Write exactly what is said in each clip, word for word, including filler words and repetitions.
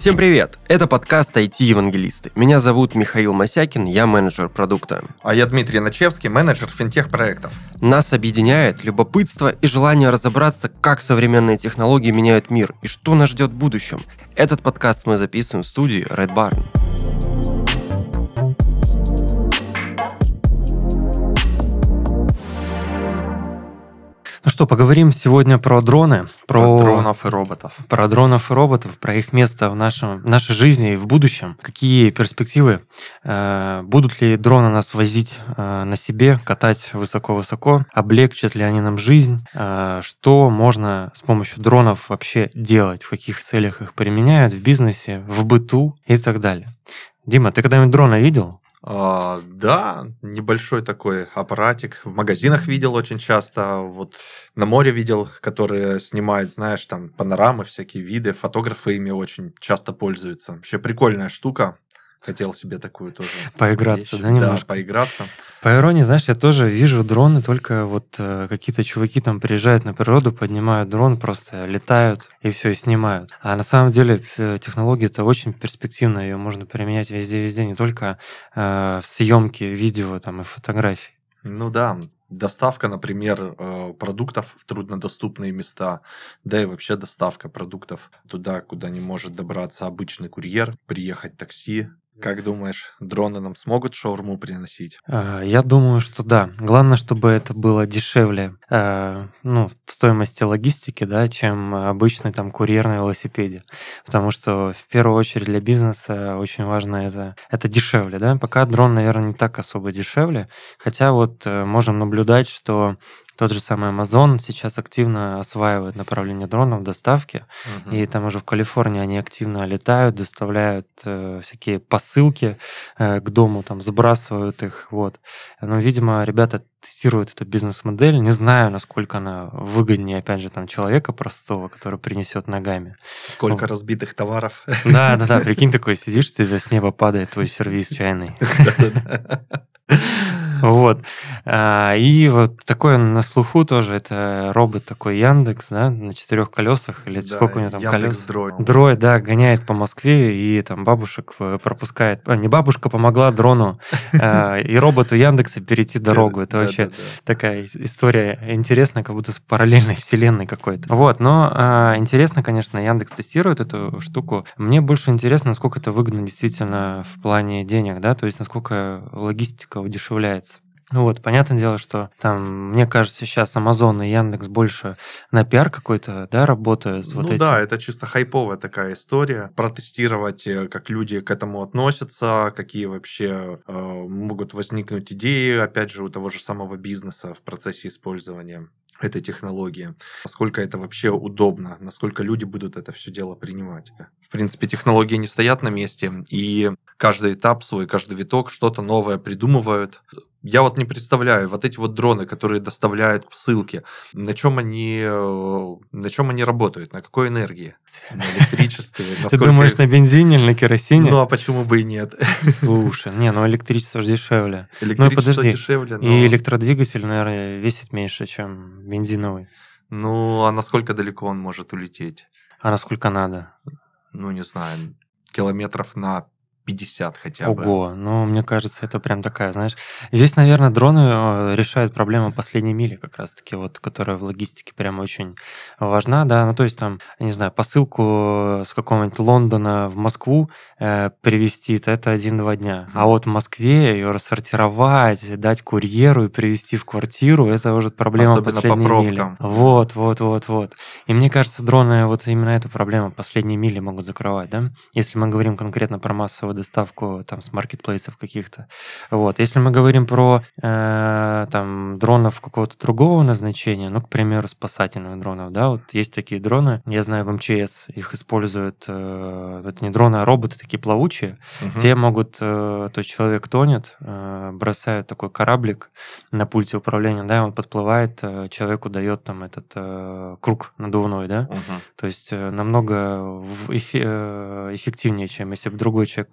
Всем привет! Это подкаст ай ти-евангелисты. Меня зовут Михаил Мосякин, я менеджер продукта. А я Дмитрий Начевский, менеджер финтех-проектов. Нас объединяет любопытство и желание разобраться, как современные технологии меняют мир и что нас ждет в будущем. Этот подкаст мы записываем в студии Red Barn. Ну что, поговорим сегодня про дроны. Про, про дронов и роботов. Про дронов и роботов, про их место в, нашем, в нашей жизни и в будущем. Какие перспективы? Э, будут ли дроны нас возить э, на себе, катать высоко-высоко? Облегчат ли они нам жизнь? Э, что можно с помощью дронов вообще делать? В каких целях их применяют в бизнесе, в быту и так далее? Дима, ты когда-нибудь дрона видел? А, да, небольшой такой аппаратик. В магазинах видел очень часто, вот на море видел, которые снимают, знаешь, там панорамы, всякие виды, фотографы ими очень часто пользуются. Вообще прикольная штука. Хотел себе такую тоже. Поиграться, вещь. да, немножко? Да, поиграться. По иронии, знаешь, я тоже вижу дроны, только вот э, какие-то чуваки там приезжают на природу, поднимают дрон, просто летают и все, и снимают. А на самом деле э, технология-то очень перспективная, ее можно применять везде-везде, не только э, в съемке видео там, и фотографий. Ну да, доставка, например, э, продуктов в труднодоступные места, да и вообще доставка продуктов туда, куда не может добраться обычный курьер, приехать такси. Как думаешь, дроны нам смогут шаурму приносить? Э, Я думаю, что да. Главное, чтобы это было дешевле, э, ну, в стоимости логистики, да, чем обычный там курьер на велосипеде. Потому что в первую очередь для бизнеса очень важно это, это дешевле, да. Пока дрон, наверное, не так особо дешевле. Хотя вот э, можем наблюдать, что тот же самый Amazon сейчас активно осваивает направление дронов в доставке. Мгм. И там уже в Калифорнии они активно летают, доставляют э, всякие посылки э, к дому, там сбрасывают их. Вот. Но, видимо, ребята тестируют эту бизнес-модель. Не знаю, насколько она выгоднее, опять же, там человека простого, который принесет ногами. Сколько Вот. разбитых товаров. Да, да, да. Прикинь, такой сидишь, тебе с неба падает твой сервиз чайный. Да-да-да. Вот. А, И вот такой он на слуху тоже, это робот такой Яндекс, да, на четырех колесах, или Да, сколько у него там колес? Яндекс.Дрой. Дрой, да, гоняет по Москве и там бабушек э, пропускает. А, не бабушка помогла дрону э, и роботу Яндекса перейти дорогу. Это вообще Да-да-да. такая ис- история интересная, как будто с параллельной вселенной какой-то. Вот, но а, интересно, конечно, Яндекс тестирует эту штуку. Мне больше интересно, насколько это выгодно действительно в плане денег, да, то есть насколько логистика удешевляется. Ну вот, понятное дело, что там, мне кажется, сейчас Amazon и Яндекс больше на пиар какой-то, да, работают вот Ну эти. да, это чисто хайповая такая история. Протестировать, э, как люди к этому относятся, какие вообще э, могут возникнуть идеи, опять же, у того же самого бизнеса в процессе использования этой технологии. Насколько это вообще удобно, насколько люди будут это все дело принимать. В принципе, технологии не стоят на месте, и каждый этап свой, каждый виток что-то новое придумывают. Я вот не представляю, вот эти вот дроны, которые доставляют посылки, на чем они, э, на чем они работают, на какой энергии? На электричестве? Ты Насколько думаешь, их- на бензине или на керосине? Ну, а почему бы и нет? Слушай, не, ну электричество же дешевле. Электричество подожди, дешевле, И но... электродвигатель, наверное, весит меньше, чем бензиновый. Ну, а насколько далеко он может улететь? А насколько надо? Ну, не знаю, километров на пятьдесят хотя бы. Ого, ну, мне кажется, это прям такая, знаешь... Здесь, наверное, дроны э, решают проблему последней мили как раз-таки, вот, которая в логистике прям очень важна, да, ну, то есть там, не знаю, посылку с какого-нибудь Лондона в Москву э, привезти, то это один-два дня. А Мгм. вот в Москве ее рассортировать, дать курьеру и привезти в квартиру, это уже проблема Особенно по последней мили. пробкам. Вот, вот, вот, вот. И мне кажется, дроны вот именно эту проблему последней мили могут закрывать, да? Если мы говорим конкретно про массовую доставку там с маркетплейсов каких-то. Вот. Если мы говорим про э, там дронов какого-то другого назначения, ну, к примеру, спасательных дронов, да, вот есть такие дроны, я знаю, в эм че эс их используют, э, это не дроны, а роботы такие плавучие. Мгм. Те могут, э, то есть человек тонет, э, бросают такой кораблик на пульте управления, да, и он подплывает, э, человеку дает там этот э, круг надувной, да, Мгм. то есть э, намного в эфе- э, эффективнее, чем если бы другой человек какой-то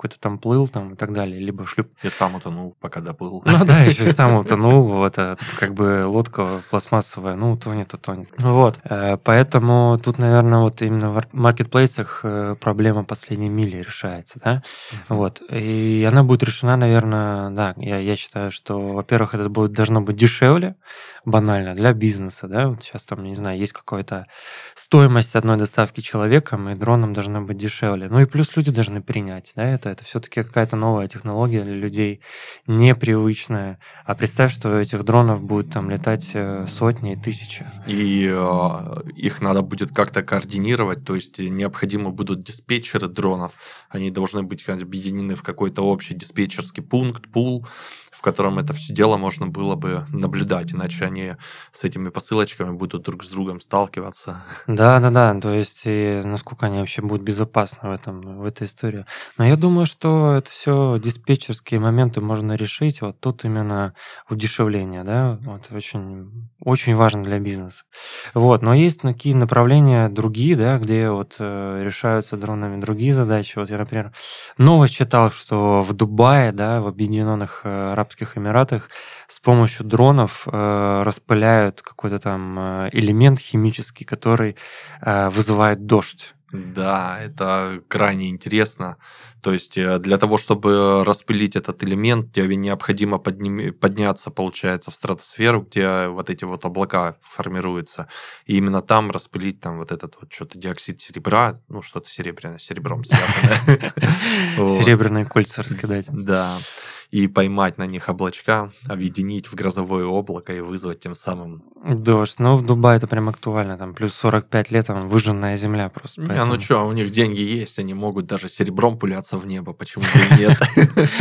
какой-то там плыл там и так далее, либо шлюп. Я сам утонул, пока доплыл. Ну да, еще и сам утонул, вот, а как бы лодка пластмассовая, ну, утонет, утонет. Вот, э, поэтому тут, наверное, вот именно в маркетплейсах э, проблема последней мили решается, да, вот, и она будет решена, наверное, да, я, я считаю, что, во-первых, это будет, должно быть дешевле, банально, для бизнеса, да, вот сейчас там, не знаю, есть какая-то стоимость одной доставки человеком, и дроном должна быть дешевле, ну и плюс люди должны принять, да, это, это все-таки какая-то новая технология для людей, непривычная. А представь, что этих дронов будет там летать э, сотни и тысячи. И э, их надо будет как-то координировать, то есть необходимы будут диспетчеры дронов, они должны быть объединены в какой-то общий диспетчерский пункт, пул, в котором это все дело можно было бы наблюдать, иначе они с этими посылочками будут друг с другом сталкиваться. Да, да, да. То есть, и насколько они вообще будут безопасны в этом, в этой истории. Но я думаю, что это все диспетчерские моменты можно решить. Вот тут именно удешевление, да, вот очень, очень важно для бизнеса. Вот, но есть такие направления другие, да, где вот э, решаются дронами другие задачи. Вот я, например, новость читал, что в Дубае, да, в Объединенных э, Арабских Эмиратах с помощью дронов э, распыляют какой-то там э, элемент химический, который э, вызывает дождь. Да, это крайне интересно. То есть э, для того, чтобы распылить этот элемент, тебе необходимо подним- подняться, получается, в стратосферу, где вот эти вот облака формируются. И именно там распылить там вот этот вот что-то диоксид серебра, ну что-то серебряное, с серебром связанное. Вот. Серебряные кольца раскидать. Да. И поймать на них облачка, объединить в грозовое облако и вызвать тем самым... Дождь. Ну, в Дубае это прям актуально. Там плюс сорок пять лет, там выжженная земля просто. Не, поэтому... ну что, у них деньги есть, они могут даже серебром пуляться в небо, почему бы и нет?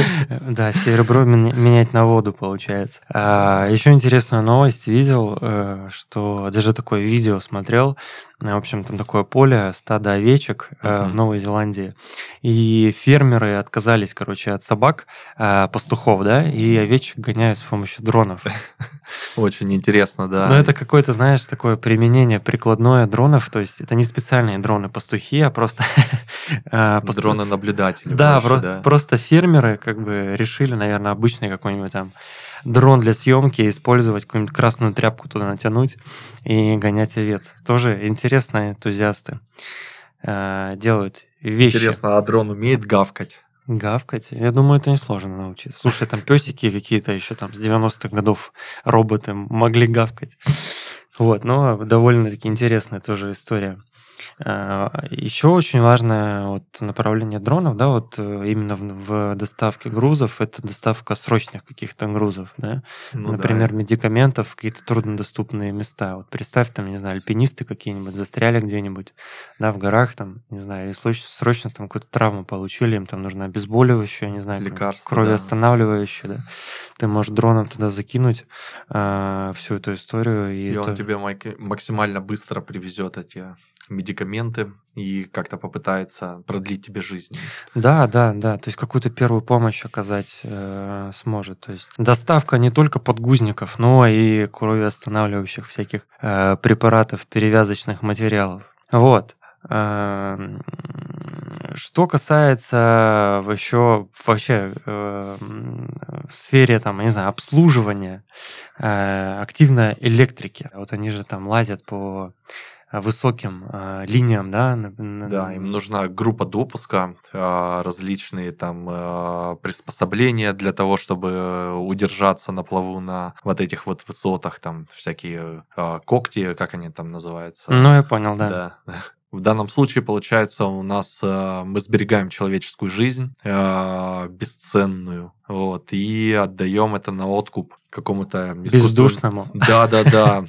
Да, серебро меня- менять на воду, получается. А, еще интересную новость видел, э, что даже такое видео смотрел. Э, В общем, там такое поле, стадо овечек э, в Мгм. Новой Зеландии. И фермеры отказались, короче, от собак, э, пастухов, да, и овечек гоняют с помощью дронов. Очень интересно, Но да. это какое-то, знаешь, такое применение прикладное дронов. То есть это не специальные дроны-пастухи, а просто... э, пасту- Дроны-наблюдатели Да, больше, про- да. просто фермеры как бы решили, наверное, обычный какой-нибудь там дрон для съемки использовать, какую-нибудь красную тряпку туда натянуть и гонять овец. Тоже интересные энтузиасты э, делают вещи. Интересно, а дрон умеет гавкать? Гавкать? Я думаю, это несложно научиться. Слушай, там песики какие-то еще там с девяностых годов роботы могли гавкать. Вот, но довольно-таки интересная тоже история. А, Еще очень важное вот направление дронов, да, вот э, именно в, в доставке грузов, это доставка срочных каких-то грузов, да, Ну например, да. медикаментов в какие-то труднодоступные места. Вот представь, там, не знаю, альпинисты какие-нибудь застряли где-нибудь, да, в горах, там, не знаю, и сроч- срочно там какую-то травму получили, им там нужно обезболивающее, не знаю, какое-нибудь Лекарства, да. кровоостанавливающее, да. Ты можешь дроном туда закинуть а, всю эту историю, и И он это... тебе майк- максимально быстро привезет эти медикаменты и как-то попытается продлить тебе жизнь. Да, да, да. То есть какую-то первую помощь оказать э, сможет. То есть доставка не только подгузников, но и кровоостанавливающих всяких э, препаратов, перевязочных материалов. Вот. Эм, Что касается еще вообще э, в сфере там, не знаю, обслуживания э, активно электрики. Вот они же там лазят по высоким э, линиям, да, на- на- Да, им нужна группа допуска, а, различные там а, приспособления для того, чтобы удержаться на плаву на вот этих вот высотах, там всякие а, когти, как они там называются. Ну, я понял, да. Да. В данном случае, получается, у нас а, мы сберегаем человеческую жизнь а, бесценную, вот, и отдаем это на откуп какому-то искусственному... Бездушному. Да, да, да.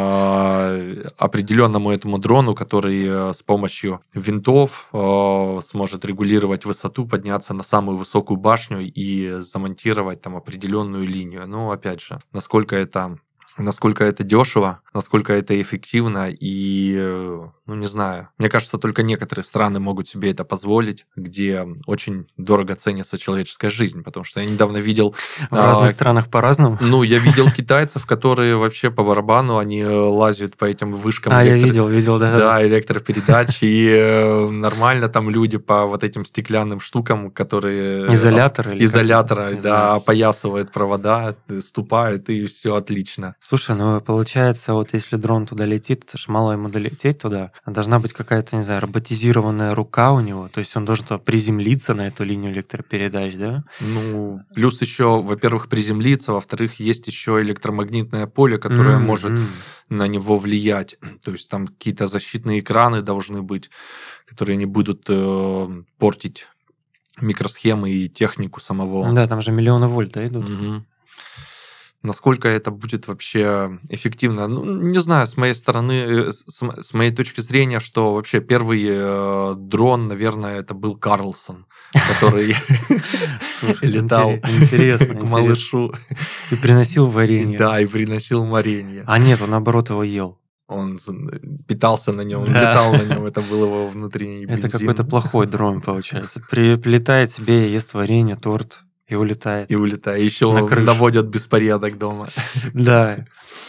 а, Определенному этому дрону, который а, с помощью винтов а, сможет регулировать высоту, подняться на самую высокую башню и замонтировать там определенную линию. Ну, опять же, насколько это насколько это дешево, насколько это эффективно и, ну, не знаю. Мне кажется, только некоторые страны могут себе это позволить, где очень дорого ценится человеческая жизнь, потому что я недавно видел... В разных а, странах по-разному. Ну, я видел китайцев, которые вообще по барабану, они лазят по этим вышкам А, я электро... видел, видел, да. да, электропередач, и э, нормально там люди по вот этим стеклянным штукам, которые... Изолятор или Изолятора, как? да, опоясывают провода, ступают, и все отлично. Слушай, ну получается, вот если дрон туда летит, это ж мало ему долететь туда, должна быть какая-то, не знаю, роботизированная рука у него, то есть он должен туда приземлиться на эту линию электропередач, да? Ну, плюс еще, во-первых, приземлиться, во-вторых, есть еще электромагнитное поле, которое М, может м. на него влиять. То есть там какие-то защитные экраны должны быть, которые не будут э, портить микросхемы и технику самого. Да, там же миллионы вольт, да, идут. Мгм. Насколько это будет вообще эффективно? Ну, не знаю, с моей стороны, э, с, с моей точки зрения, что вообще первый э, дрон, наверное, это был Карлсон, который Слушай, летал интере- интересно, к интересно. малышу. И приносил И варенье. да, и приносил варенье. А нет, он наоборот его ел. Он з- питался на нем, он Да. летал на нем, это был его внутренний Это бензин. какой-то плохой дрон, получается. При- Прилетает себе, ест варенье, торт и улетает. И улетает. Еще На крышу. наводят беспорядок дома. Да.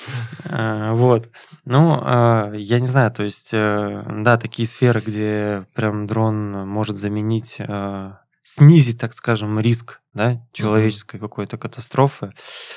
А, Вот. Ну, а, я не знаю, то есть, э, да, такие сферы, где прям дрон может заменить, а, снизить, так скажем, риск, да, человеческой какой-то катастрофы,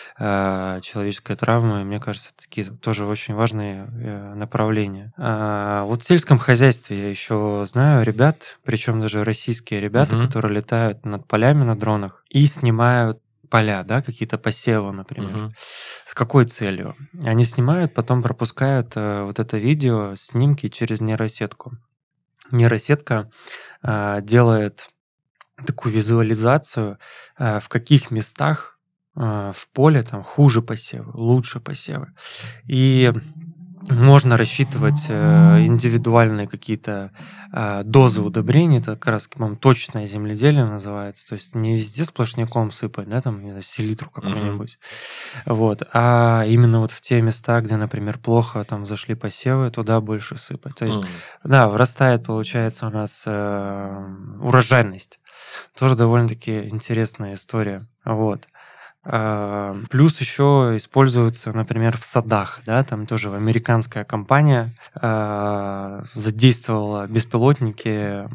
а, человеческой травмы, мне кажется, такие тоже очень важные э, направления. А, Вот в сельском хозяйстве я еще знаю ребят, причем даже российские ребята, Мгм. которые летают над полями на дронах и снимают поля, да, какие-то посевы, например. Мгм. С какой целью? Они снимают, потом пропускают э, вот это видео, снимки через нейросетку. Нейросетка а, делает такую визуализацию, а, в каких местах а, в поле там хуже посевы, лучше посевы. И можно рассчитывать э, индивидуальные какие-то а, дозы удобрений, это как раз, по-моему, точное земледелие называется, то есть не везде сплошняком сыпать, да, там, не знаю, селитру какую-нибудь, вот, а именно вот в те места, где, например, плохо там зашли посевы, туда больше сыпать. То есть, М. да, вырастает, получается, у нас э, урожайность. Тоже довольно-таки интересная история, вот. А, Плюс еще используется, например, в садах, да, там тоже американская компания а, задействовала беспилотники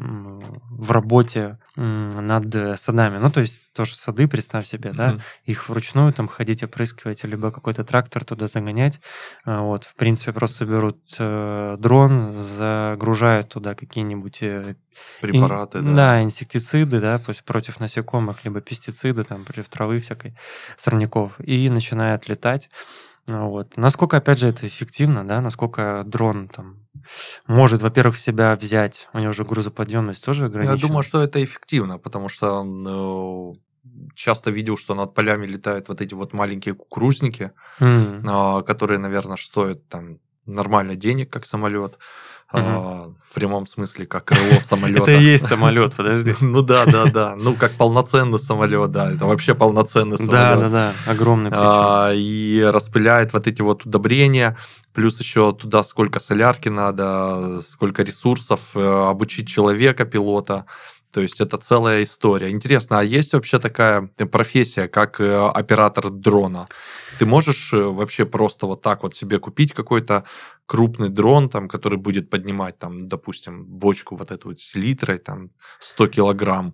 м, в работе м, над э, садами. Ну, то есть тоже сады, представь себе, да, Мгм. их вручную там ходить опрыскивать, либо какой-то трактор туда загонять. А, Вот, в принципе, просто берут э, дрон, загружают туда какие-нибудь э, Препараты, ин- да. да, инсектициды, да, пусть против насекомых, либо пестициды, там, против травы всякой, сорняков, и начинает летать. Ну Вот. Насколько, опять же, это эффективно, да, насколько дрон там может, во-первых, в себя взять, у него же грузоподъемность тоже Я думаю, ограничена. что это эффективно, потому что ну, часто видел, что над полями летают вот эти вот маленькие кукурузники, М, а, которые, наверное, стоят там нормально денег, как самолет. мгм. а, В прямом смысле, как крыло Это и самолета. есть самолет, подожди. Ну да, да, да. Ну, как полноценный самолет, да. Это вообще полноценный Да, самолет. да, да, огромный причем. А, И распыляет вот эти вот удобрения. Плюс еще туда сколько солярки надо, сколько ресурсов, э, обучить человека, пилота. То есть это целая история. Интересно, а есть вообще такая профессия, как э, оператор дрона? Ты можешь э, вообще просто вот так вот себе купить какой-то крупный дрон, там, который будет поднимать, там, допустим, бочку вот эту вот с селитрой, там, сто килограмм,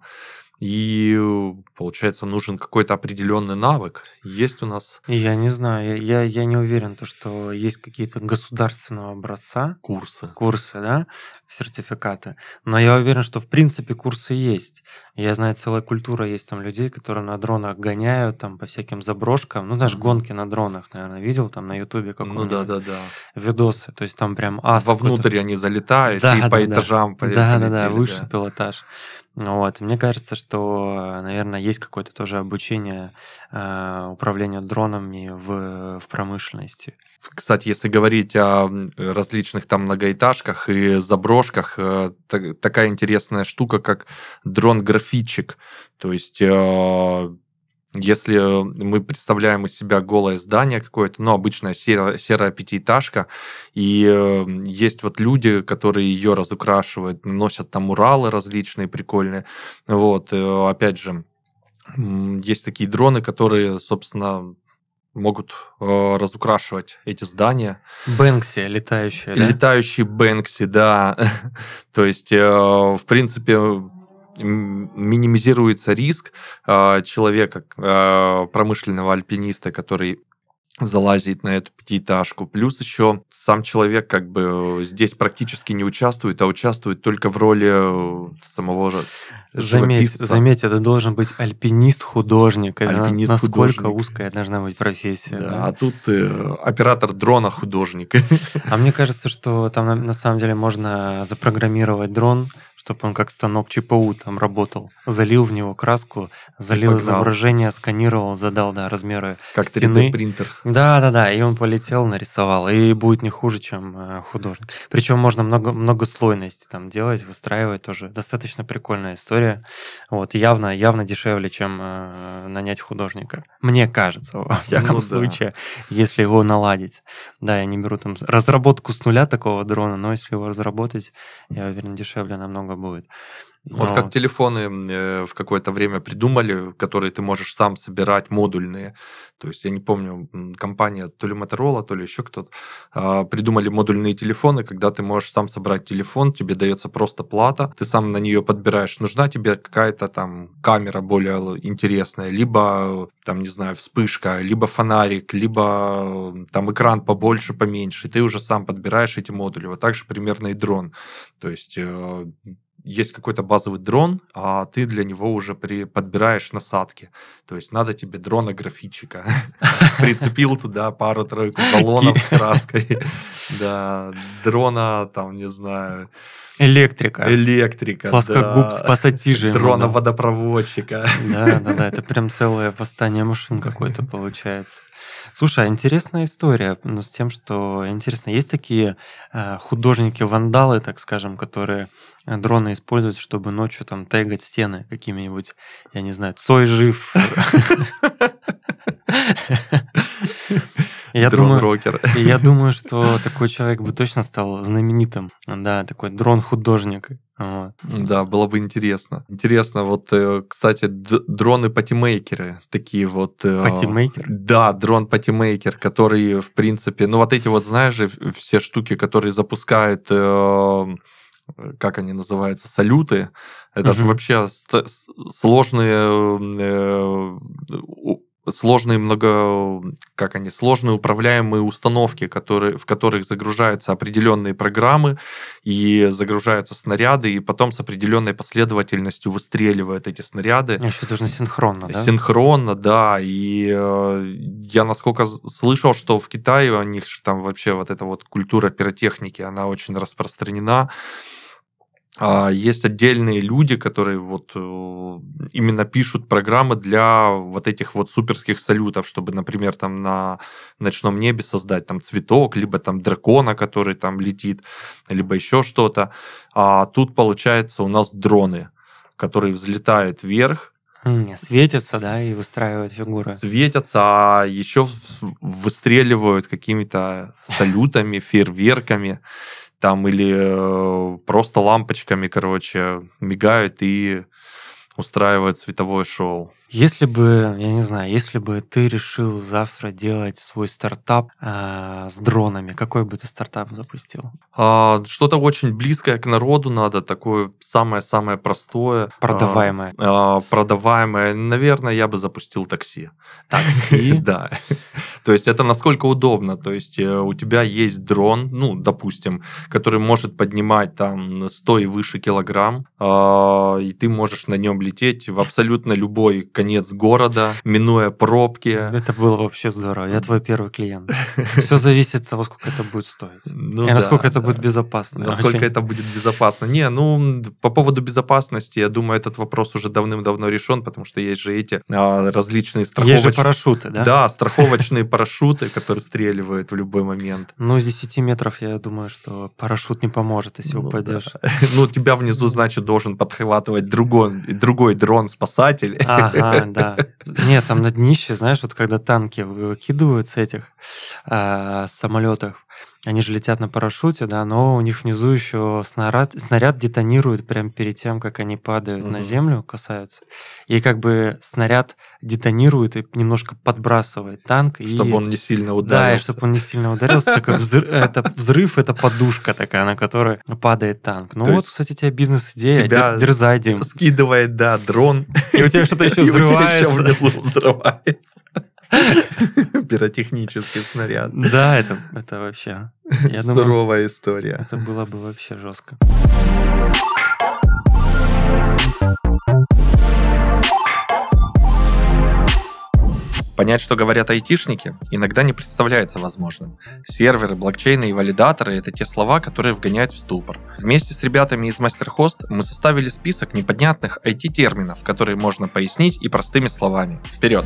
и, э, получается, нужен какой-то определенный навык. Есть у нас Я не знаю, я, я, я не уверен, то, что есть какие-то государственного образца, курсы. курсы, да, сертификаты. Но я уверен, что в принципе курсы есть. Я знаю, целая культура есть там людей, которые на дронах гоняют там по всяким заброшкам. Ну, знаешь, Мгм. гонки на дронах, наверное, видел там на Ютубе Ну да, какой-нибудь да, да. видосы. То есть там прям ас какой-то. Вовнутрь они залетают и Да, по да, да. этажам по- Да, да, да, полетели, высший да. пилотаж. Вот. Мне кажется, что, наверное, есть какое-то тоже обучение э, управлению дронами в, в промышленности. Кстати, если говорить о м, различных там многоэтажках и заброшках, э, та- такая интересная штука, как дрон-графичик. То есть э, Если мы представляем из себя голое здание какое-то, ну, обычная серая, серая пятиэтажка, и есть вот люди, которые ее разукрашивают, носят там муралы различные прикольные. Вот, опять же, есть такие дроны, которые, собственно, могут э, разукрашивать эти здания. Бэнкси летающие, да? Летающие Бэнкси, да. То есть, э, в принципе, минимизируется риск э, человека, э, промышленного альпиниста, который залазит на эту пятиэтажку. Плюс еще сам человек как бы здесь практически не участвует, а участвует только в роли самого же Заметь, живописца. заметь, это должен быть альпинист-художник. Это Альпинист-художник. Насколько узкая должна быть профессия. Да, Да? а тут э, оператор дрона художник. А мне кажется, что там на, на самом деле можно запрограммировать дрон, чтобы он как станок ЧПУ там работал. Залил в него краску, залил погнал. изображение, сканировал, задал, да, размеры Как стены. три дэ-принтер. Да, да, да, и он полетел, нарисовал, и будет не хуже, чем э, художник. Причем можно много, многослойности там делать, выстраивать тоже. Достаточно прикольная история. Вот, явно, явно дешевле, чем э, нанять художника. Мне кажется, во всяком Ну да. случае, если его наладить. Да, я не беру там разработку с нуля такого дрона, но если его разработать, я уверен, дешевле намного будет. Вот как телефоны э, в какое-то время придумали, которые ты можешь сам собирать, модульные. То есть, я не помню, компания, то ли Motorola, то ли еще кто-то, э, придумали модульные телефоны, когда ты можешь сам собрать телефон, тебе дается просто плата, ты сам на нее подбираешь, нужна тебе какая-то там камера более интересная, либо, там, не знаю, вспышка, либо фонарик, либо там экран побольше, поменьше, и ты уже сам подбираешь эти модули. Вот так же примерно и дрон. То есть... Э, есть какой-то базовый дрон, а ты для него уже при... подбираешь насадки. То есть надо тебе дрона-графитчика. Прицепил туда пару-тройку баллонов с краской. Да, дрона, там, не знаю... Электрика. Электрика, Плоскогуб с да. пассатижем. Дрона-водопроводчика. Да, да, да, это прям целое восстание машин какое-то получается. Слушай, а интересная история, но с тем, что интересно, есть такие э, художники-вандалы, так скажем, которые э, дроны используют, чтобы ночью там тегать стены какими-нибудь, я не знаю, Цой жив. Я думаю, Дрон-рокер. я думаю, что такой человек бы точно стал знаменитым. Да, такой дрон-художник. Вот. Да, было бы интересно. Интересно, вот, э, кстати, д- дроны-патимейкеры, такие вот... э, Патимейкер? Да, дрон-патимейкер, который, в принципе, ну вот эти вот, знаешь же, все штуки, которые запускают, э, как они называются, салюты, это же Мгм. вообще ст- с- сложные... э, у- сложные много, как они, сложные управляемые установки, которые, в которых загружаются определенные программы и загружаются снаряды, и потом с определенной последовательностью выстреливают эти снаряды. А еще должно синхронно, да? Синхронно, да. И э, я насколько з- слышал, что в Китае у них же там вообще вот эта вот культура пиротехники, она очень распространена. А есть отдельные люди, которые вот э, именно пишут программы для вот этих вот суперских салютов, чтобы, например, там на ночном небе создать там цветок, либо там дракона, который там летит, либо еще что-то. А тут, получается, у нас дроны, которые взлетают вверх, М, Светятся, да, и выстраивают фигуры. светятся, а еще в- выстреливают какими-то салютами, фейерверками, там или э, просто лампочками, короче, мигают и устраивают световое шоу. Если бы, я не знаю, если бы ты решил завтра делать свой стартап а, с дронами, какой бы ты стартап запустил? А, что-то очень близкое к народу надо, такое самое-самое простое. а, Продаваемое. а, продаваемое. Наверное, я бы запустил такси. Такси? Да. То есть это насколько удобно. То есть э, у тебя есть дрон, ну, допустим, который может поднимать там сто и выше килограмм, а, и ты можешь на нем лететь в абсолютно любой конец города, минуя пробки. Это было вообще здорово. Я твой первый клиент. Все зависит от того, сколько это будет стоить. Ну И насколько да, это да. будет безопасно. Насколько Очень. это будет безопасно. Не, ну, по поводу безопасности, я думаю, этот вопрос уже давным-давно решен, потому что есть же эти а, различные Есть же страховочные... парашюты, да? Да, страховочные парашюты, которые стреливают в любой момент. Ну, с десяти метров, я думаю, что парашют не поможет, если Ну, упадешь. да. Ну, тебя внизу, значит, должен подхватывать другой, другой дрон-спасатель. Ага, да. Нет, там на днище, знаешь, вот когда танки выкидывают с этих а, самолетов, они же летят на парашюте, да, но у них внизу еще снаряд, снаряд детонирует прямо перед тем, как они падают на Мгм. землю, касаются. И как бы снаряд детонирует и немножко подбрасывает танк. Чтобы И он не сильно да, и ударился. чтобы он не сильно ударился. Такой взрыв, это взрыв, это подушка такая, на которой падает танк. Ну То вот, есть кстати, у тебя бизнес-идея. тебя Дер- Дерзай, Дим. скидывает, да, дрон, И у тебя что-то еще и у тебя еще взрывается. внизу взрывается. Пиротехнический снаряд. Да, это, это вообще. Я думаю, Суровая история. это было бы вообще жестко. Понять, что говорят айтишники, иногда не представляется возможным. Серверы, блокчейны и валидаторы – это те слова, которые вгоняют в ступор. Вместе с ребятами из MasterHost мы составили список непонятных ай ти-терминов, которые можно пояснить и простыми словами. Вперед!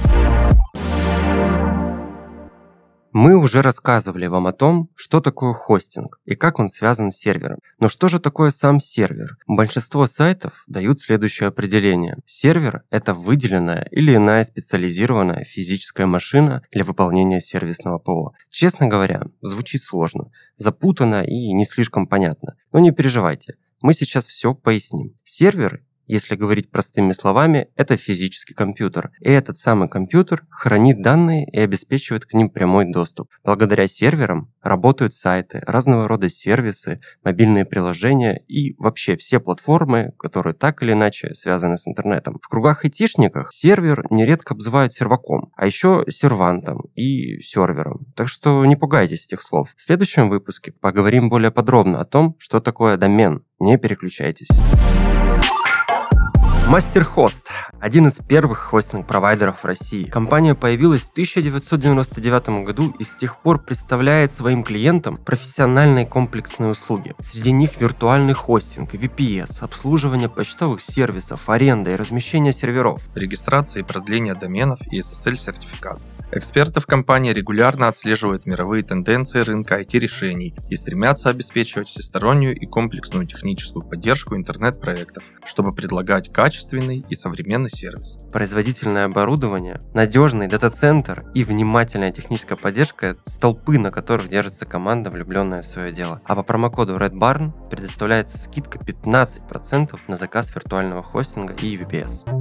Мы уже рассказывали вам о том, что такое хостинг и как он связан с сервером. Но что же такое сам сервер? Большинство сайтов дают следующее определение. Сервер – это выделенная или иная специализированная физическая машина для выполнения сервисного ПО. Честно говоря, звучит сложно, запутанно и не слишком понятно. Но не переживайте, мы сейчас все поясним. Сервер, если говорить простыми словами, это физический компьютер. И этот самый компьютер хранит данные и обеспечивает к ним прямой доступ. Благодаря серверам работают сайты, разного рода сервисы, мобильные приложения и вообще все платформы, которые так или иначе связаны с интернетом. В кругах айтишников сервер нередко обзывают серваком, а еще сервантом и сервером. Так что не пугайтесь этих слов. В следующем выпуске поговорим более подробно о том, что такое домен. Не переключайтесь. MasterHost – один из первых хостинг-провайдеров в России. Компания появилась в тысяча девятьсот девяносто девятом году и с тех пор представляет своим клиентам профессиональные комплексные услуги. Среди них виртуальный хостинг, ви пи эс, обслуживание почтовых сервисов, аренда и размещение серверов. Регистрация и продление доменов и эс эс эль-сертификатов. Эксперты в компании регулярно отслеживают мировые тенденции рынка ай ти-решений и стремятся обеспечивать всестороннюю и комплексную техническую поддержку интернет-проектов, чтобы предлагать качественный и современный сервис. Производительное оборудование, надежный дата-центр и внимательная техническая поддержка – столпы, на которых держится команда, влюбленная в свое дело. А по промокоду RedBarn предоставляется скидка пятнадцать процентов на заказ виртуального хостинга и ви пи эс.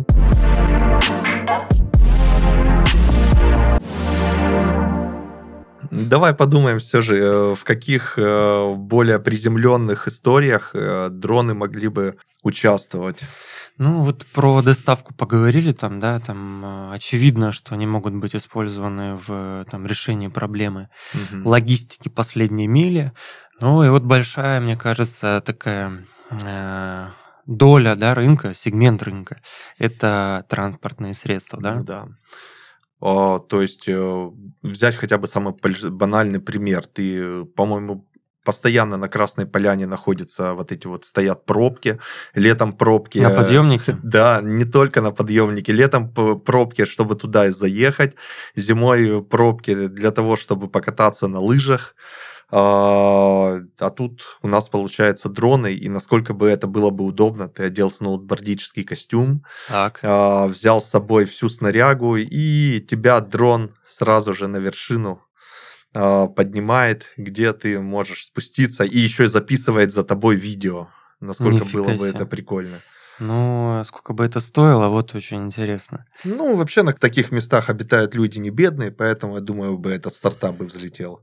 Давай подумаем все же, в каких более приземленных историях дроны могли бы участвовать. Ну, вот про доставку поговорили там, да, там очевидно, что они могут быть использованы в там, решении проблемы Угу. логистики последней мили. Ну, и вот большая, мне кажется, такая э, доля, да, рынка, сегмент рынка, это транспортные средства, да? Ну да. А, то есть э, взять хотя бы самый паль- банальный пример. Ты, по-моему, постоянно на Красной Поляне находятся вот эти вот стоят пробки, летом пробки. На подъемнике? Да, не только на подъемнике. Летом п- пробки, чтобы туда и заехать. Зимой пробки для того, чтобы покататься на лыжах. А, а тут у нас получается дроны, и насколько бы это было бы удобно, ты одел сноубордический костюм, Так. а, взял с собой всю снарягу, и тебя дрон сразу же на вершину а, поднимает, где ты можешь спуститься, и еще и записывает за тобой видео. Насколько Нифига было бы себе. это прикольно. Ну, сколько бы это стоило, вот очень интересно. Ну, вообще на таких местах обитают люди не бедные, поэтому, я думаю, бы этот стартап бы взлетел.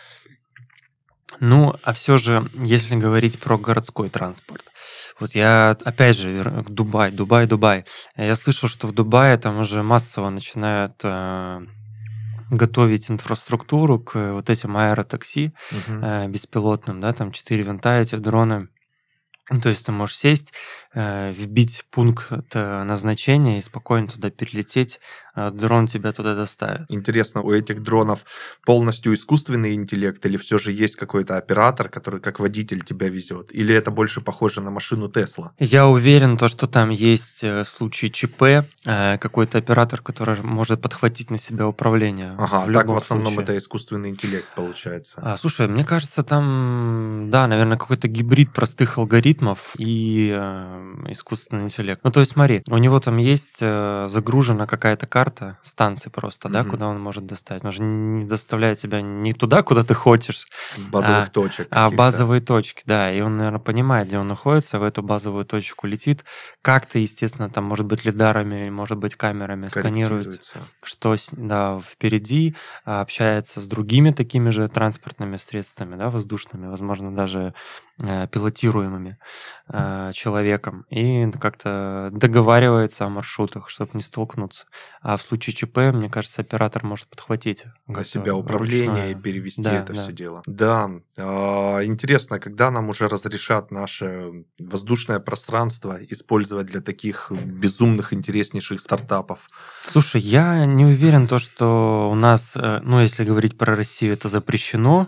Ну, а все же, если говорить про городской транспорт, вот я, опять же, вер- Дубай, Дубай, Дубай. Я слышал, что в Дубае там уже массово начинают э, готовить инфраструктуру к вот этим аэротакси Мгм. э, беспилотным, да, там четыре винта, эти дроны. Ну, то есть ты можешь сесть, э, вбить пункт э, назначения и спокойно туда перелететь, а дрон тебя туда доставит. Интересно, у этих дронов полностью искусственный интеллект или все же есть какой-то оператор, который как водитель тебя везет? Или это больше похоже на машину Тесла? Я уверен, то, что там есть э, в случае ЧП э, какой-то оператор, который может подхватить на себя управление. Ага, в так в любом основном случае. это искусственный интеллект получается. А, слушай, мне кажется, там, да, наверное, какой-то гибрид простых алгоритмов и э, искусственный интеллект. Ну, то есть, смотри, у него там есть э, загружена какая-то карта станции просто, да, Мгм. куда он может доставить. Он же не доставляет тебя не туда, куда ты хочешь, Базовых а, точек а каких-то. базовые точки, да. И он, наверное, понимает, где он находится, в эту базовую точку летит. Как-то, естественно, там, может быть, лидарами, может быть, камерами сканирует, Корректируется. что с- да, впереди, а, общается с другими такими же транспортными средствами, да, воздушными, возможно, даже э, пилотируемыми э, человеком, и как-то договаривается о маршрутах, чтобы не столкнуться. А в случае ЧП, мне кажется, оператор может подхватить На как-то себя управление и ручное. перевести Да, это да. все дело. Да, а, интересно, когда нам уже разрешат наше воздушное пространство использовать для таких безумных, интереснейших стартапов? Слушай, я не уверен, то, что у нас, э, ну, если говорить про Россию, это запрещено.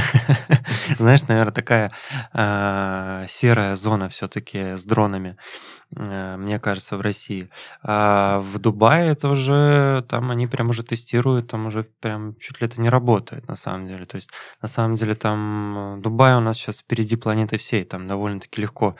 Знаешь, наверное, такая а, серая зона все-таки с дронами, э, мне кажется, в России. А в Дубае тоже, там они прям уже тестируют, там уже прям чуть ли это не работает, на самом деле. То есть, на самом деле, там э, Дубай у нас сейчас впереди планеты всей, там довольно-таки легко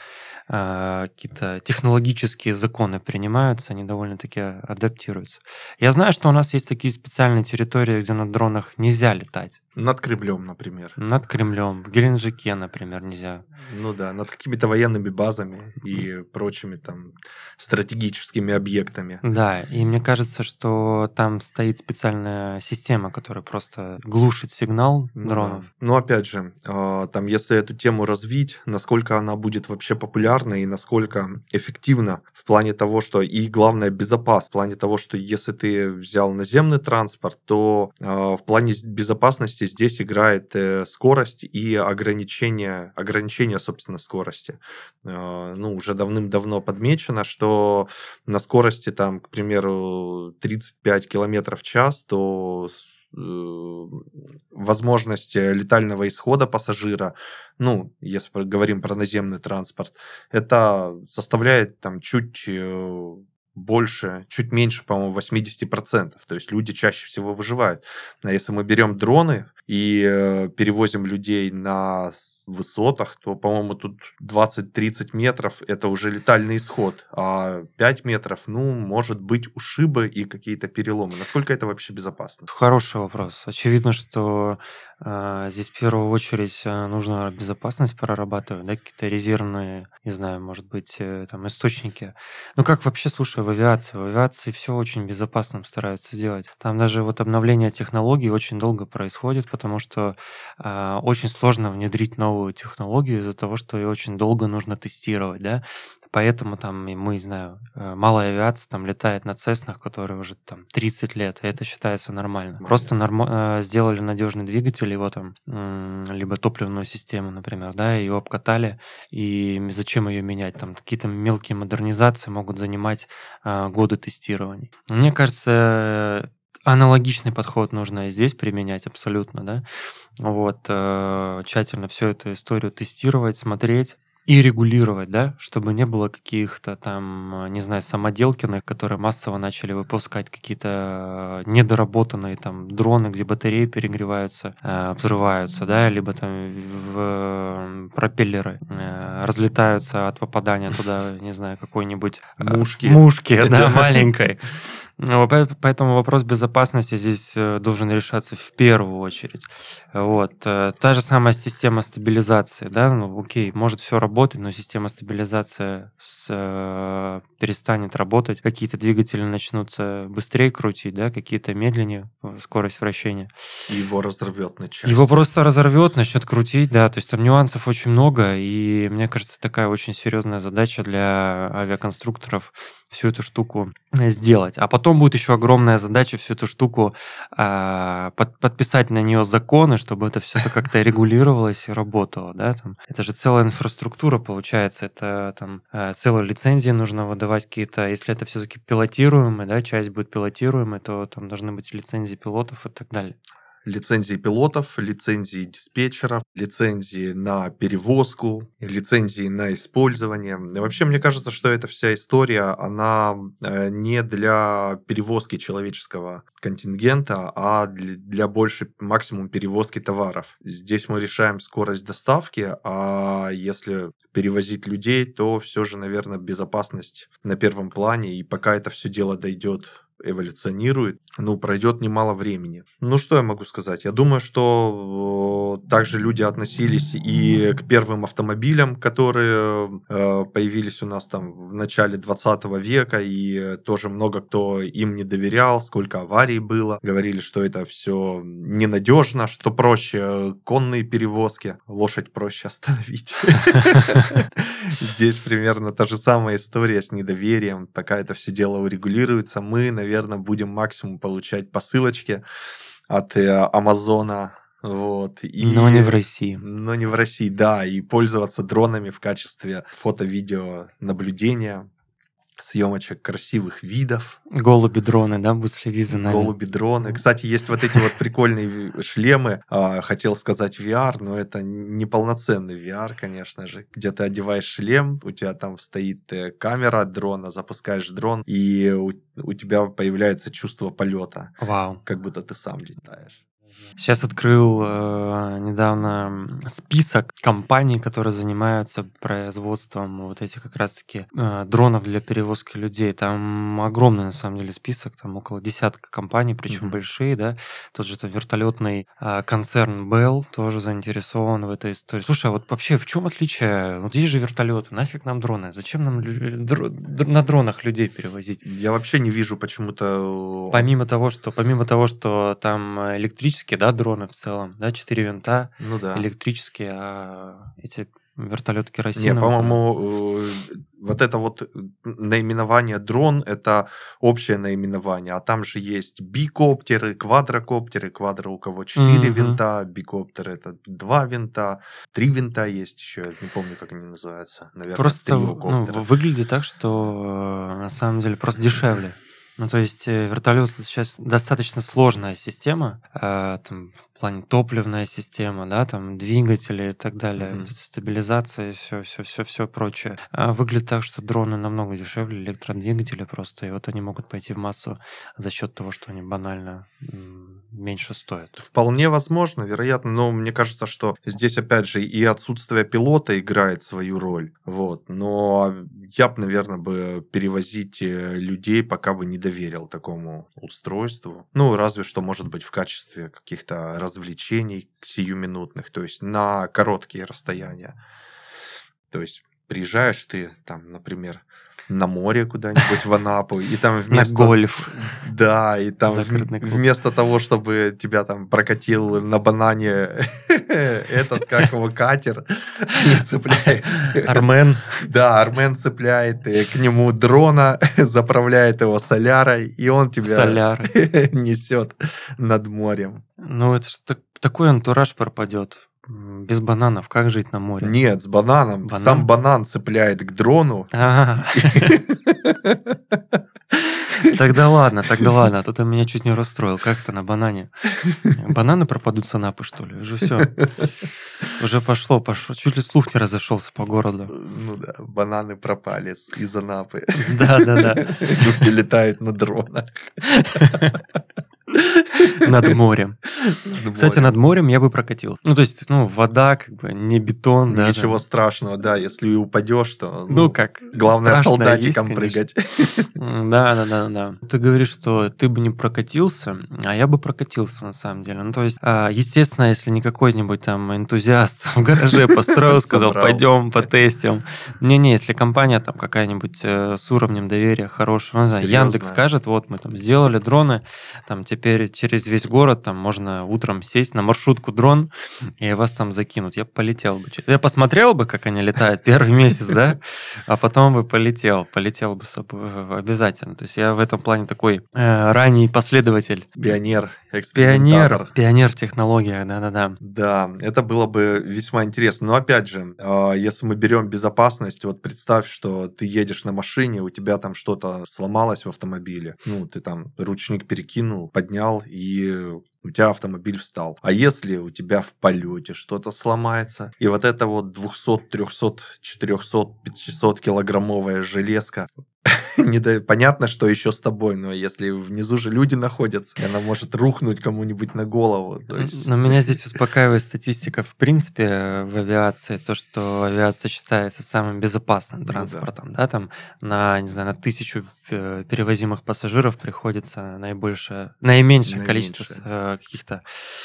а, какие-то технологические законы принимаются, они довольно-таки адаптируются. Я знаю, что у нас есть такие специальные территории, где на дронах нельзя летать. Над Кремлем, например. Над Кремлем, в Геленджике, например, нельзя. Ну да, над какими-то военными базами и прочими там стратегическими объектами. Да, и мне кажется, что там стоит специальная система, которая просто глушит сигнал Ну дронов. да. Но опять же, а, там, если эту тему развить, насколько она будет вообще популярна и насколько эффективна в плане того, что и главное безопасно, в плане того, что если ты взял наземный транспорт, то а, в плане с- безопасности здесь играет э, скорость и ограничение, ограничение, собственно, скорости. А, Ну, уже давным-давно подмечено, что на скорости, там, к примеру, тридцать пять километров в час, то с- э, возможность э, летального исхода пассажира, ну, если про- говорим про наземный транспорт, это составляет там чуть э, больше, чуть меньше, по-моему, восемьдесят процентов. То есть люди чаще всего выживают. А если мы берем дроны и э, перевозим людей на с- высотах, то, по-моему, тут двадцать-тридцать метров это уже летальный исход, а пять метров, ну, может быть ушибы и какие-то переломы. Насколько это вообще безопасно? Хороший вопрос. Очевидно, что а, здесь в первую очередь а, нужно безопасность прорабатывать, да, какие-то резервные, не знаю, может быть, э, там источники. Ну как вообще, слушай, в авиации? В авиации все очень безопасным стараются делать. Там даже вот обновление технологий очень долго происходит, потому что а, очень сложно внедрить новую технологию из-за того, что ее очень долго нужно тестировать, да. Поэтому там, и мы, знаю, э, малая авиация там летает на Цеснах, которые уже там тридцать лет, и это считается нормально. Нормально. Просто нормо- э, сделали надежный двигатель, его там, м, либо топливную систему, например, да, ее обкатали, и м- зачем ее менять? Там какие-то мелкие модернизации могут занимать а, годы тестирования. Мне кажется, э, аналогичный подход нужно и здесь применять абсолютно, да. Вот, э, тщательно всю эту историю тестировать, смотреть и регулировать, да, чтобы не было каких-то там, э, не знаю, самоделкиных, которые массово начали выпускать какие-то э, недоработанные там дроны, где батареи перегреваются, э, взрываются, да, либо там в э, пропеллеры э, разлетаются от попадания туда, не знаю, какой-нибудь э, Мушки. мушки, да, Да. маленькой. Ну, по- Поэтому вопрос безопасности здесь э, должен решаться в первую очередь. Вот. э, Та же самая система стабилизации, да, ну окей, может все работать, но система стабилизации с, э, перестанет работать, какие-то двигатели начнутся быстрее крутить, да, какие-то медленнее, э, скорость вращения. Его разорвет на части. Его просто разорвет, начнет крутить, да, то есть там нюансов очень много, и мне кажется, такая очень серьезная задача для авиаконструкторов всю эту штуку сделать. А потом будет еще огромная задача всю эту штуку э, под, подписать на нее законы, чтобы это все это как-то регулировалось и работало. Да? Там, это же целая инфраструктура получается. Это там э, целые лицензии нужно выдавать какие-то. Если это все-таки пилотируемая, да, часть будет пилотируемой, то там должны быть лицензии пилотов и так далее. Лицензии пилотов, лицензии диспетчеров, лицензии на перевозку, лицензии на использование. И вообще, мне кажется, что эта вся история, она не для перевозки человеческого контингента, а для, для больше максимум перевозки товаров. Здесь мы решаем скорость доставки, а если перевозить людей, то все же, наверное, безопасность на первом плане. И пока это все дело дойдет, эволюционирует, ну, пройдет немало времени. Ну, что я могу сказать? Я думаю, что э, также люди относились и к первым автомобилям, которые э, появились у нас там в начале двадцатого века, и тоже много кто им не доверял, сколько аварий было. Говорили, что это все ненадежно, что проще конные перевозки, лошадь проще остановить. Здесь примерно та же самая история с недоверием. Пока это все дело урегулируется, мы, наверное, будем максимум получать посылочки от Амазона. Вот, и... Но не в России. Но не в России, да. И пользоваться дронами в качестве фото-видео наблюдения, съемочек красивых видов. Голуби-дроны, да, будут следить за нами. Голуби-дроны. Кстати, есть вот эти вот прикольные шлемы. Хотел сказать ви ар, но это не полноценный ви ар, конечно же. Где ты одеваешь шлем, у тебя там стоит камера дрона, запускаешь дрон, и у, у тебя появляется чувство полета. Вау. Как будто ты сам летаешь. Сейчас открыл э, недавно список компаний, которые занимаются производством вот этих как раз-таки э, дронов для перевозки людей. Там огромный на самом деле список, там около десятка компаний, причем mm-hmm. большие, да. Тот же там вертолетный э, концерн Bell тоже заинтересован в этой истории. Слушай, а вот вообще в чем отличие? Вот есть же вертолеты, нафиг нам дроны? Зачем нам др- др- на дронах людей перевозить? Я вообще не вижу почему-то... Помимо того, что, помимо того, что там электрические, да, дроны в целом, да, четыре винта, ну, да. электрические, а эти вертолеты керосиновые. Не, по-моему, вот это вот наименование дрон, это общее наименование, а там же есть бикоптеры, квадрокоптеры, квадро у кого четыре mm-hmm. винта, бикоптер это два винта, три винта есть еще, я не помню, как они называются, наверное, просто ну, выглядит так, что на самом деле просто дешевле. Ну, то есть вертолет сейчас достаточно сложная система, э, там, в плане топливная система, да, там двигатели и так далее, mm-hmm. стабилизация и все, все, все, все прочее. А выглядит так, что дроны намного дешевле, электродвигатели просто, и вот они могут пойти в массу за счет того, что они банально м- меньше стоят. Вполне возможно, вероятно, но мне кажется, что здесь опять же и отсутствие пилота играет свою роль, вот. Но я бы, наверное, бы перевозить людей пока бы не доверил такому устройству. Ну, разве что, может быть, в качестве каких-то развлечений сиюминутных, то есть на короткие расстояния. То есть приезжаешь ты, там, например, на море куда-нибудь в Анапу, и там вместо... На гольф. Да, и там в... вместо того, чтобы тебя там прокатил на банане этот, как его, катер, цепляет... Армен. Да, Армен цепляет к нему дрона, заправляет его солярой, и он тебя несет над морем. Ну, это же такой антураж пропадет. Без бананов как жить на море? Нет, с бананом. Банан? Сам банан цепляет к дрону. Тогда ладно, тогда ладно. А то ты меня чуть не расстроил. Как это на банане? Бананы пропадут с Анапы, что ли? Уже все. Уже пошло, пошло. Чуть ли слух не разошелся по городу. Ну да, бананы пропали из Анапы. Да, да, да. Люди летают на дронах. Над морем. Над Кстати, морем. Над морем я бы прокатил. Ну, то есть, ну, вода, как бы, не бетон. Ничего да, страшного, да, если упадешь, то... Ну, ну как? Главное, солдатиком есть, прыгать. Да, да, да, да. Ты говоришь, что ты бы не прокатился, а я бы прокатился, на самом деле. Ну, то есть, естественно, если не какой-нибудь там энтузиаст в гараже построил, сказал, пойдем потестим. Не-не, если компания там какая-нибудь с уровнем доверия хорошая, ну, не знаю, Яндекс скажет, вот мы там сделали дроны, там теперь через через весь город, там можно утром сесть на маршрутку дрон, и вас там закинут. Я бы полетел бы. Я посмотрел бы, как они летают первый месяц, да, а потом бы полетел. Полетел бы обязательно. То есть я в этом плане такой э, ранний последователь. Пионер, Пионер, экспериментатор. пионер технология, да-да-да. Да, это было бы весьма интересно. Но опять же, э, если мы берем безопасность, вот представь, что ты едешь на машине, у тебя там что-то сломалось в автомобиле. Ну, ты там ручник перекинул, поднял, и у тебя автомобиль встал. А если у тебя в полете что-то сломается, и вот эта вот двести, триста, четыреста, пятьсот килограммовая железка, не да, понятно, что еще с тобой, но если внизу же люди находятся, и она может рухнуть кому-нибудь на голову. То есть... Но меня здесь успокаивает статистика, в принципе, в авиации, то, что авиация считается самым безопасным транспортом, ну, да. да, там на, не знаю, на тысячу перевозимых пассажиров приходится наибольшее, наименьшее, наименьшее. количество каких-то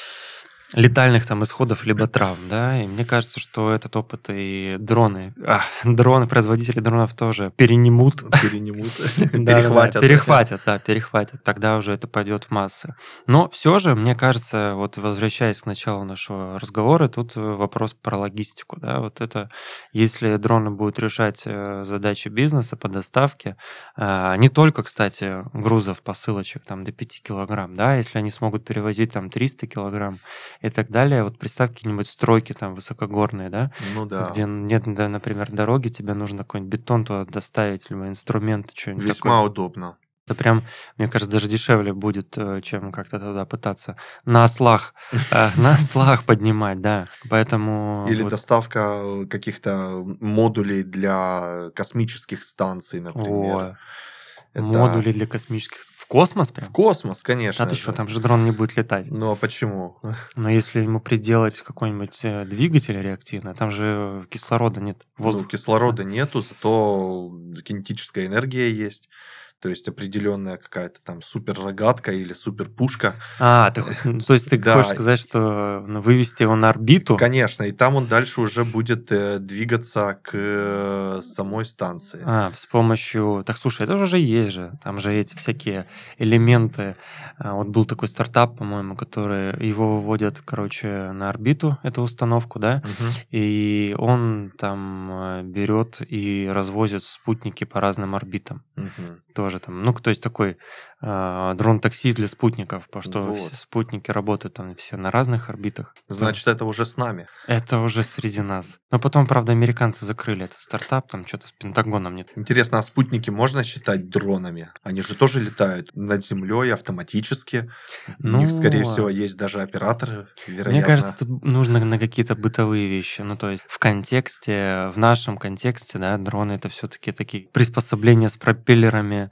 летальных там исходов либо травм, да, и мне кажется, что этот опыт и дроны, а, дроны, производители дронов тоже перенимут. Перенимут, перехватят. Перехватят, да, перехватят, тогда уже это пойдет в массы. Но все же, мне кажется, вот возвращаясь к началу нашего разговора, тут вопрос про логистику, да, вот это, если дроны будут решать задачи бизнеса по доставке, не только, кстати, грузов, посылочек там до пяти килограмм, да, если они смогут перевозить там триста килограмм, и так далее. Вот представь какие-нибудь стройки там высокогорные, да? Ну да. Где нет, да, например, дороги, тебе нужно какой-нибудь бетон туда доставить, либо инструменты, что-нибудь Весьма такое. удобно. Это прям, мне кажется, даже дешевле будет, чем как-то туда пытаться на ослах, на ослах поднимать, да. Поэтому... Или доставка каких-то модулей для космических станций, например. Это... Модули для космических... В космос прям? В космос, конечно. А ты что, там же дрон не будет летать. Ну, а почему? Но если ему приделать какой-нибудь двигатель реактивный, там же кислорода нет. Воздух. Ну, кислорода нету, зато кинетическая энергия есть. То есть определенная какая-то там супер рогатка или супер пушка. А, ты, то есть ты да. хочешь сказать, что вывести его на орбиту? Конечно, и там он дальше уже будет э, двигаться к э, самой станции. А, с помощью... Так, слушай, это уже есть же. Там же эти всякие элементы. Вот был такой стартап, по-моему, который его выводят, короче, на орбиту, эту установку, да, угу. и он там берет и развозит спутники по разным орбитам. Угу. Тоже там, ну, то есть такой э, дрон-такси для спутников, потому что вот. все спутники работают там все на разных орбитах. Значит, это уже с нами. Это уже среди нас. Но потом, правда, американцы закрыли этот стартап, там что-то с Пентагоном нет. Интересно, а спутники можно считать дронами? Они же тоже летают над землей автоматически. Ну, у них, скорее всего, есть даже операторы, вероятно. Мне кажется, тут нужно на какие-то бытовые вещи. Ну, то есть в контексте, в нашем контексте, да, дроны это все-таки такие приспособления с пропеллерами.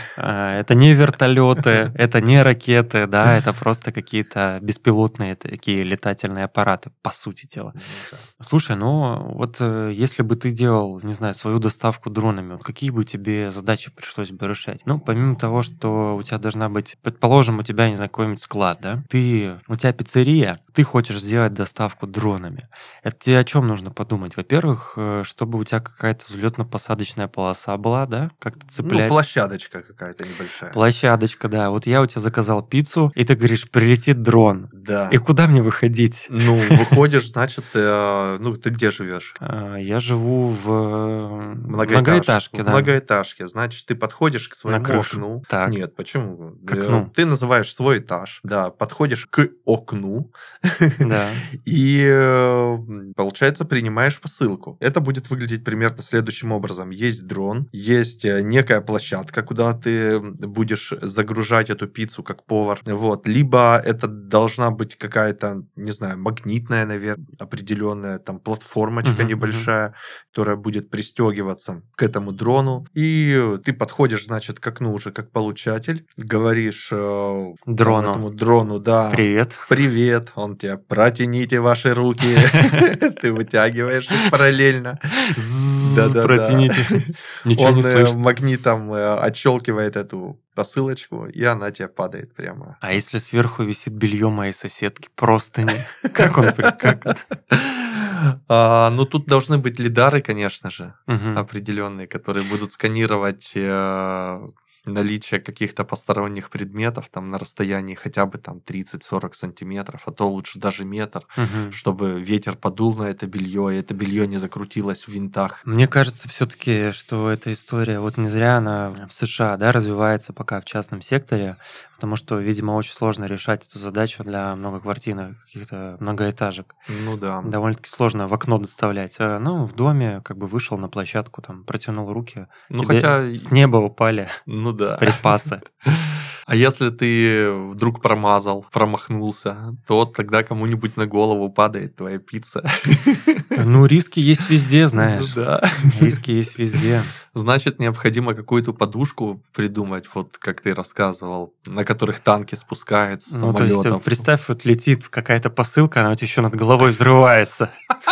Это не вертолеты, это не ракеты, да, это просто какие-то беспилотные такие летательные аппараты, по сути дела. Слушай, ну вот если бы ты делал, не знаю, свою доставку дронами, какие бы тебе задачи пришлось бы решать? Ну, помимо того, что у тебя должна быть, предположим, у тебя, не знаю, какой-нибудь склад, да, ты, у тебя пиццерия, ты хочешь сделать доставку дронами. Это тебе о чем нужно подумать? Во-первых, чтобы у тебя какая-то взлетно-посадочная полоса была, да, как-то цеплять. Ну, площадочка какая-то небольшая. Площадочка, да. Вот я у тебя заказал пиццу, и ты говоришь, прилетит дрон. Да. И куда мне выходить? Ну, выходишь, значит, э, ну, ты где живешь? Я живу в многоэтажке. многоэтажке, да. В многоэтажке. Значит, ты подходишь к своему На крышу. окну. Так. Нет, почему? К окну. Ты называешь свой этаж, да, подходишь к окну. Да. И, получается, принимаешь посылку. Это будет выглядеть примерно следующим образом. Есть дрон, есть некая площадка, куда ты будешь загружать эту пиццу как повар. Вот. Либо это должна быть какая-то, не знаю, магнитная, наверное, определенная там платформочка uh-huh, небольшая, uh-huh. которая будет пристегиваться к этому дрону. И ты подходишь, значит, к окну уже как получатель, говоришь э, дрону. Там, этому дрону, да. Привет. Привет. Он тебя, протяните ваши руки. Ты вытягиваешь их параллельно. Протяните. Ничего не слышно. Он магнитом отщелкивает эту посылочку, и она тебе падает прямо. А если сверху висит белье моей соседки? Просто не. Как он? Как? А, ну, тут должны быть лидары, конечно же, угу. определенные, которые будут сканировать э, наличие каких-то посторонних предметов там на расстоянии хотя бы там тридцать-сорок сантиметров, а то лучше даже метр, Мгм. чтобы ветер подул на это белье, и это белье не закрутилось в винтах. Мне кажется все-таки, что эта история, вот не зря она в США, да, развивается пока в частном секторе, потому что, видимо, очень сложно решать эту задачу для многоквартирных каких-то многоэтажек. Ну да. Довольно-таки сложно в окно доставлять. А, ну, в доме как бы вышел на площадку, там, протянул руки, Ну тебе хотя, с неба упали ну да. припасы. А если ты вдруг промазал, промахнулся, то тогда кому-нибудь на голову падает твоя пицца. Ну, риски есть везде, Ну знаешь. да. Риски есть везде. Значит, необходимо какую-то подушку придумать, вот как ты рассказывал, на которых танки спускаются с Ну, то есть, э, самолетов. представь, вот летит какая-то посылка, она у тебя еще над головой взрывается.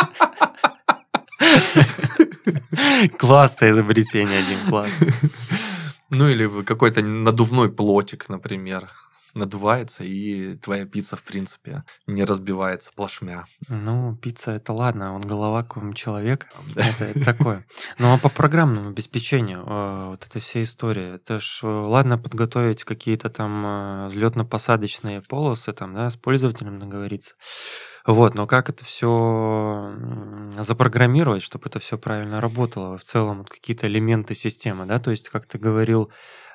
Классное изобретение, Дим, класс. Ну или в какой-то надувной плотик, например, надувается, и твоя пицца, в принципе, не разбивается плашмя. Ну, пицца это ладно, он голова какого-нибудь человека. Это, это такое. Ну а по программному обеспечению э, вот эта вся история, это ж э, ладно подготовить какие-то там э, взлетно-посадочные полосы, там, да, с пользователем договориться. Вот, но как это все запрограммировать, чтобы это все правильно работало, в целом вот какие-то элементы системы, да, то есть, как ты говорил,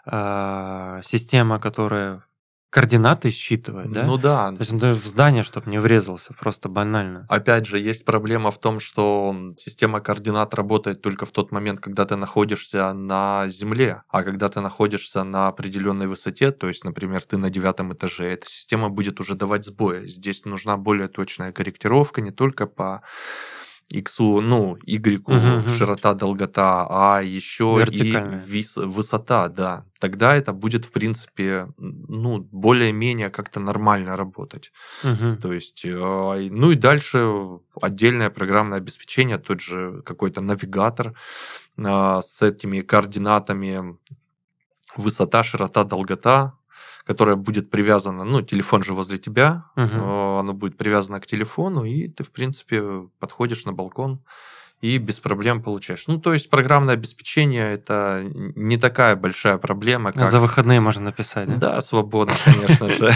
а, система, которая координаты считывает, да, Ну да. то есть он даже в здание, чтобы не врезался, просто банально. Опять же, есть проблема в том, что система координат работает только в тот момент, когда ты находишься на Земле, а когда ты находишься на определенной высоте, то есть, например, ты на девятом этаже, эта система будет уже давать сбои. Здесь нужна более точная корректировка не только по иксу, ну, игреку, Мгм, мгм. широта, долгота, а еще и Вертикальная. вис- высота, да. Тогда это будет, в принципе, ну, более-менее как-то нормально работать. Мгм. То есть, э, и- ну и дальше отдельное программное обеспечение, тот же какой-то навигатор а, с этими координатами высота, широта, долгота, которая будет привязана, ну, телефон же возле тебя, Мгм. э, оно будет привязано к телефону, и ты, в принципе, подходишь на балкон и без проблем получаешь. Ну, то есть программное обеспечение это н- не такая большая проблема, За как... выходные можно написать, да? Да, свободно, конечно же.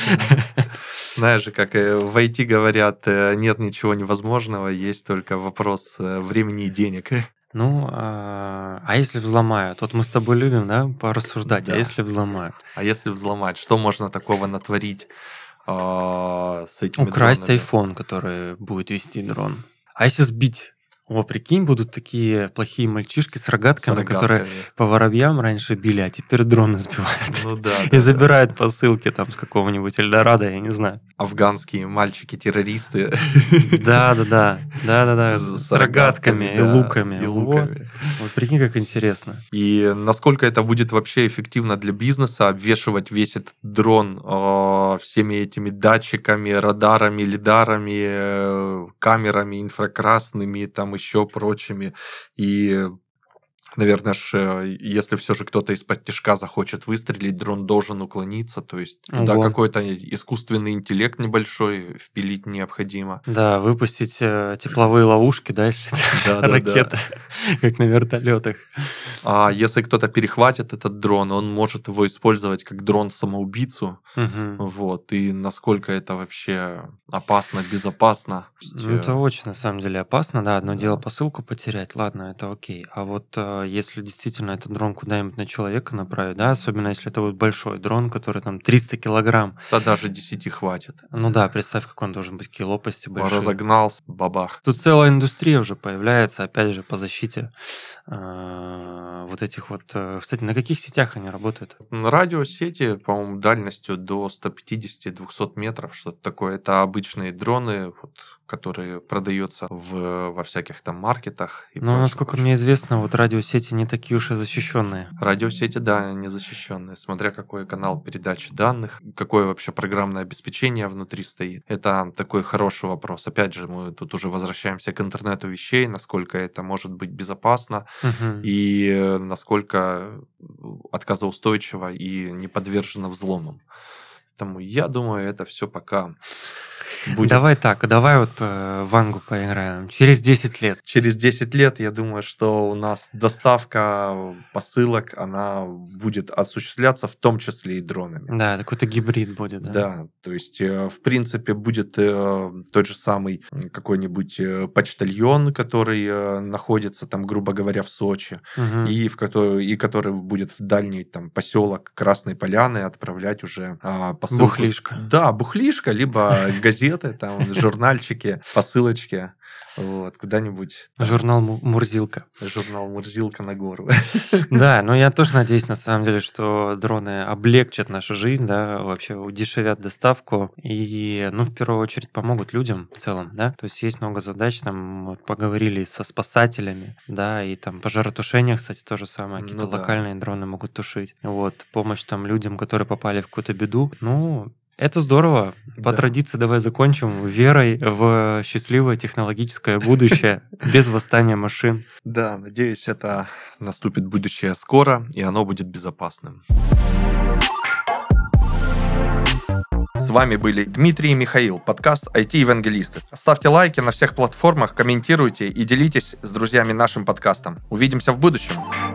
Знаешь же, как э, в ай ти говорят, э, нет ничего невозможного, есть только вопрос э, времени и денег. Ну, а, а если взломают? Вот мы с тобой любим, да, порассуждать, а Да. если взломают? А если взломать, что можно такого натворить а, с этими Украсть дронами? айфон, который будет вести дрон. А если сбить? О, прикинь, будут такие плохие мальчишки с С рогатками, которые рогатками. по воробьям раньше били, а теперь дроны сбивают. Ну да, И да, да. забирают посылки там с какого-нибудь Эльдорадо, я не знаю. Афганские мальчики-террористы Да-да-да, да-да-да, с с рогатками и да, луками. и Вот. луками. Вот прикинь, как интересно. И насколько это будет вообще эффективно для бизнеса, обвешивать весь этот дрон э, всеми этими датчиками, радарами, лидарами, э, камерами инфракрасными, там еще прочими. И, наверное, ж, э, если все же кто-то из-под тишка захочет выстрелить, дрон должен уклониться, то есть туда Ого. какой-то искусственный интеллект небольшой впилить необходимо. Да, выпустить э, тепловые ловушки, да, если это Да-да-да. ракета, как на вертолетах. А если кто-то перехватит этот дрон, он может его использовать как дрон-самоубийцу. Мгм. Вот. И насколько это вообще опасно, безопасно. То есть, Ну, это э, очень, на самом деле, опасно, да. Одно дело да. посылку потерять, ладно, это окей. А вот э, если действительно этот дрон куда-нибудь на человека направить, да, особенно если это будет большой дрон, который там триста килограмм, Да даже десяти хватит. ну да, представь, как он должен быть, какие лопасти большие. Разогнался, бабах. Тут целая индустрия уже появляется, опять же, по защите э, вот этих вот... э, Кстати, на каких сетях они работают? На радиосети, по-моему, дальностью до ста пятидесяти двухсот метров, что-то такое. Это обычные дроны, вот, которые продаются в, во всяких там маркетах. И Но, прочих, насколько прочих. мне известно, вот радиосети не такие уж и защищенные. Радиосети, да, не защищенные, смотря какой канал передачи данных, какое вообще программное обеспечение внутри стоит. Это такой хороший вопрос. Опять же, мы тут уже возвращаемся к интернету вещей, насколько это может быть безопасно Мгм. и э, насколько отказоустойчиво и не подвержено взломам. Поэтому я думаю, это все пока будет. Давай так, давай вот э, в Ангу поиграем. Через десять лет. Через десять лет, я думаю, что у нас доставка посылок, она будет осуществляться в том числе и дронами. Да, какой-то гибрид будет, да. Да, то есть, э, в принципе, будет э, тот же самый м, какой-нибудь э, почтальон, который э, находится там, грубо говоря, в Сочи, Мгм. и, в который, и который будет в дальний там поселок Красной Поляны отправлять уже а, посылку. с- Бухлишка. Да, бухлишка, либо газеты, там, журнальчики, посылочки, вот, куда-нибудь там, Журнал Му- Мурзилка. журнал «Мурзилка» на гору. Да, но я тоже надеюсь, на самом деле, что дроны облегчат нашу жизнь, да, вообще удешевят доставку и, ну, в первую очередь, помогут людям в целом, да. То есть есть много задач, там вот поговорили со спасателями, да, и там пожаротушение, кстати, то же самое, какие-то Ну да. локальные дроны могут тушить. Вот, помощь там людям, которые попали в какую-то беду. Ну, это здорово. По Да. традиции давай закончим верой в счастливое технологическое будущее без восстания машин. Да, надеюсь, это наступит будущее скоро, и оно будет безопасным. С вами были Дмитрий и Михаил, подкаст ай ти-евангелисты. Ставьте лайки на всех платформах, комментируйте и делитесь с друзьями нашим подкастом. Увидимся в будущем.